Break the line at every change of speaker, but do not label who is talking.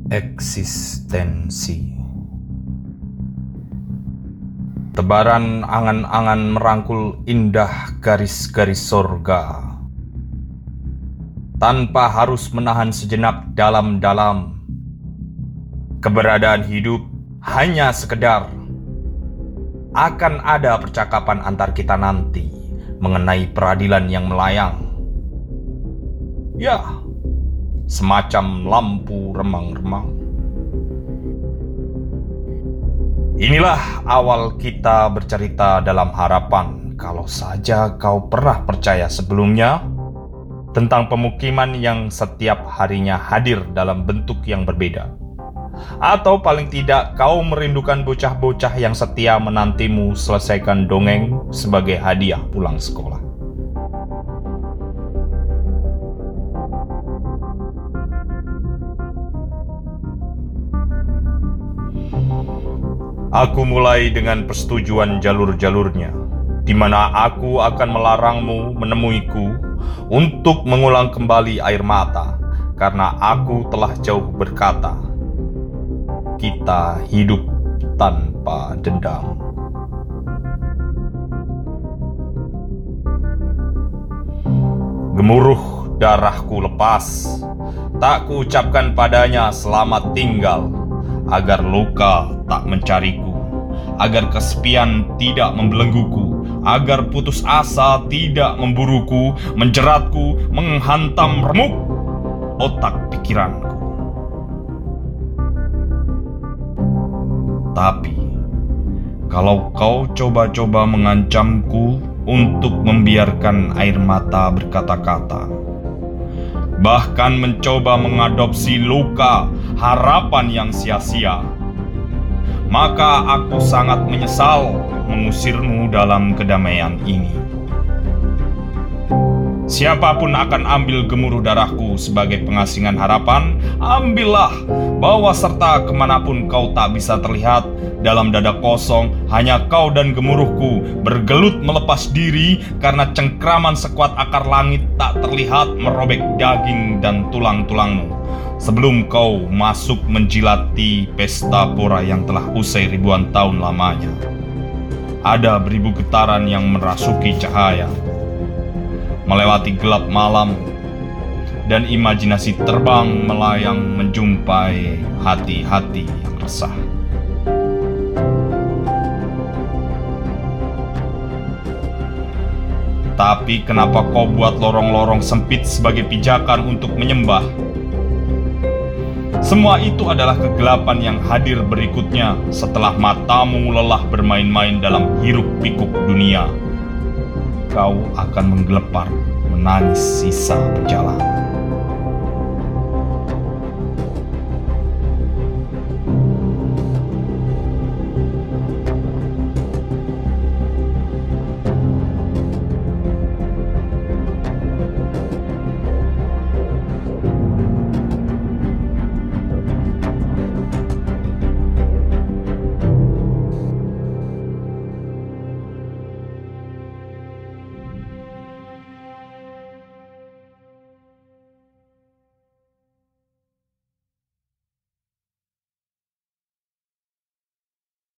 Eksistensi. Tebaran angan-angan merangkul indah garis-garis sorga, tanpa harus menahan sejenak dalam-dalam. Keberadaan hidup hanya sekedar akan ada percakapan antar kita nanti mengenai peradilan yang melayang. Ya, semacam lampu remang-remang. Inilah awal kita bercerita dalam harapan, kalau saja kau pernah percaya sebelumnya, tentang pemukiman yang setiap harinya hadir dalam bentuk yang berbeda. Atau paling tidak kau merindukan bocah-bocah yang setia menantimu selesaikan dongeng sebagai hadiah pulang sekolah. Aku mulai dengan persetujuan jalur-jalurnya, di mana aku akan melarangmu menemuiku untuk mengulang kembali air mata, karena aku telah jauh berkata, kita hidup tanpa dendam. Gemuruh darahku lepas, tak kuucapkan padanya selamat tinggal, agar luka tak mencariku, agar kesepian tidak membelengguku, agar putus asa tidak memburuku, menjeratku, menghantam remuk otak pikiranku. Tapi, kalau kau coba-coba mengancamku untuk membiarkan air mata berkata-kata, bahkan mencoba mengadopsi luka harapan yang sia-sia, maka aku sangat menyesal mengusirmu dalam kedamaian ini. Siapapun akan ambil gemuruh darahku sebagai pengasingan harapan, ambillah, bawa serta kemanapun kau tak bisa terlihat. Dalam dada kosong, hanya kau dan gemuruhku bergelut melepas diri, karena cengkraman sekuat akar langit tak terlihat merobek daging dan tulang-tulangmu, sebelum kau masuk menjilati pesta pora yang telah usai ribuan tahun lamanya. Ada beribu getaran yang merasuki cahaya, melewati gelap malam, dan imajinasi terbang melayang menjumpai hati-hati yang resah. Tapi kenapa kau buat lorong-lorong sempit sebagai pijakan untuk menyembah? Semua itu adalah kegelapan yang hadir berikutnya setelah matamu lelah bermain-main dalam hiruk-pikuk dunia. Kau akan menggelepar menangis sisa perjalanan.